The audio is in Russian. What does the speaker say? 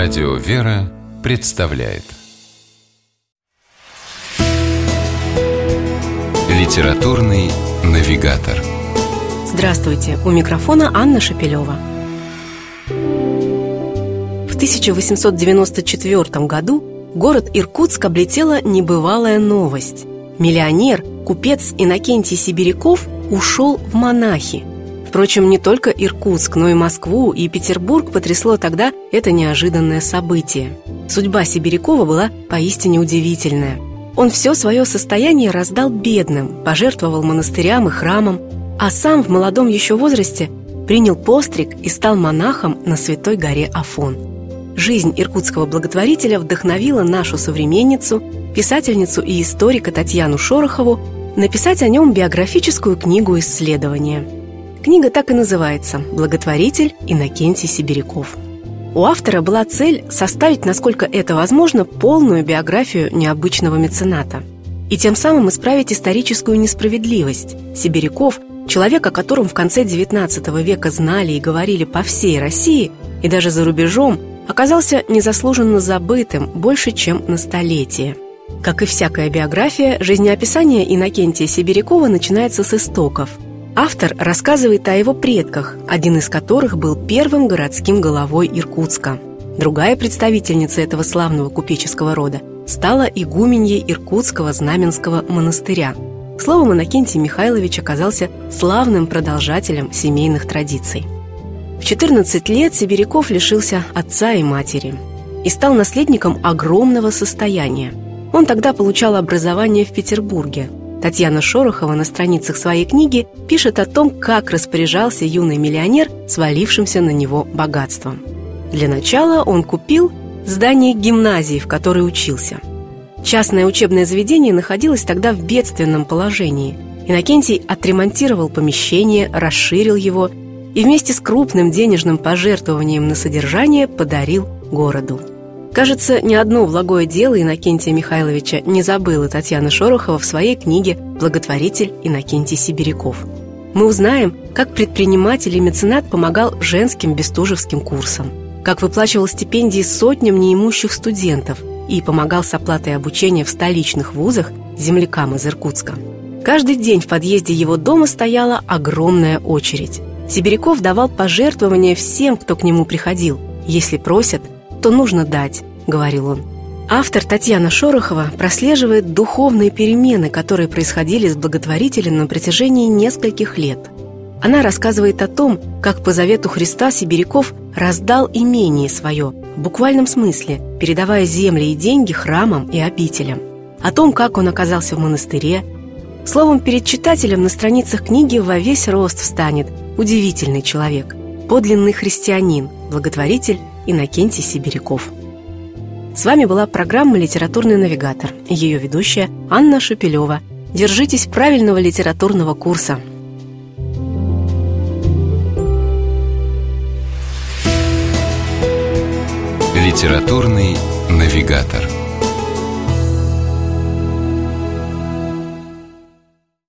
Радио «Вера» представляет Литературный навигатор. Здравствуйте! У микрофона Анна Шапилева. В 1894 году город Иркутск облетела небывалая новость. Миллионер, купец Иннокентий Сибиряков ушел в монахи. Впрочем, не только Иркутск, но и Москву и Петербург потрясло тогда это неожиданное событие. Судьба Сибирякова была поистине удивительная. Он все свое состояние раздал бедным, пожертвовал монастырям и храмам, а сам в молодом еще возрасте принял постриг и стал монахом на Святой горе Афон. Жизнь иркутского благотворителя вдохновила нашу современницу, писательницу и историка Татьяну Шорохову написать о нем биографическую книгу исследования. Книга так и называется «Благотворитель Иннокентий Сибиряков». У автора была цель составить, насколько это возможно, полную биографию необычного мецената и тем самым исправить историческую несправедливость. Сибиряков, человек, о котором в конце XIX века знали и говорили по всей России и даже за рубежом, оказался незаслуженно забытым больше, чем на столетие. Как и всякая биография, жизнеописание Иннокентия Сибирякова начинается с истоков. Автор рассказывает о его предках, один из которых был первым городским головой Иркутска. Другая представительница этого славного купеческого рода стала игуменьей Иркутского Знаменского монастыря. Словом, Иннокентий Михайлович оказался славным продолжателем семейных традиций. В 14 лет Сибиряков лишился отца и матери и стал наследником огромного состояния. Он тогда получал образование в Петербурге. Татьяна Шорохова на страницах своей книги пишет о том, как распоряжался юный миллионер свалившимся на него богатством. Для начала он купил здание гимназии, в которой учился. Частное учебное заведение находилось тогда в бедственном положении. Иннокентий отремонтировал помещение, расширил его и вместе с крупным денежным пожертвованием на содержание подарил городу. Кажется, ни одно благое дело Иннокентия Михайловича не забыла Татьяна Шорохова в своей книге «Благотворитель Иннокентий Сибиряков». Мы узнаем, как предприниматель и меценат помогал женским бестужевским курсам, как выплачивал стипендии сотням неимущих студентов и помогал с оплатой обучения в столичных вузах землякам из Иркутска. Каждый день в подъезде его дома стояла огромная очередь. Сибиряков давал пожертвования всем, кто к нему приходил. «Если просят, то нужно дать», — говорил он. Автор Татьяна Шорохова прослеживает духовные перемены, которые происходили с благотворителем на протяжении нескольких лет. Она рассказывает о том, как по завету Христа Сибиряков раздал имение свое, в буквальном смысле, передавая земли и деньги храмам и обителям. О том, как он оказался в монастыре. Словом, перед читателем на страницах книги во весь рост встанет удивительный человек, подлинный христианин, благотворитель Иннокентий Сибиряков. С вами была программа «Литературный навигатор» и ее ведущая Анна Шапилева. Держитесь правильного литературного курса. Литературный навигатор.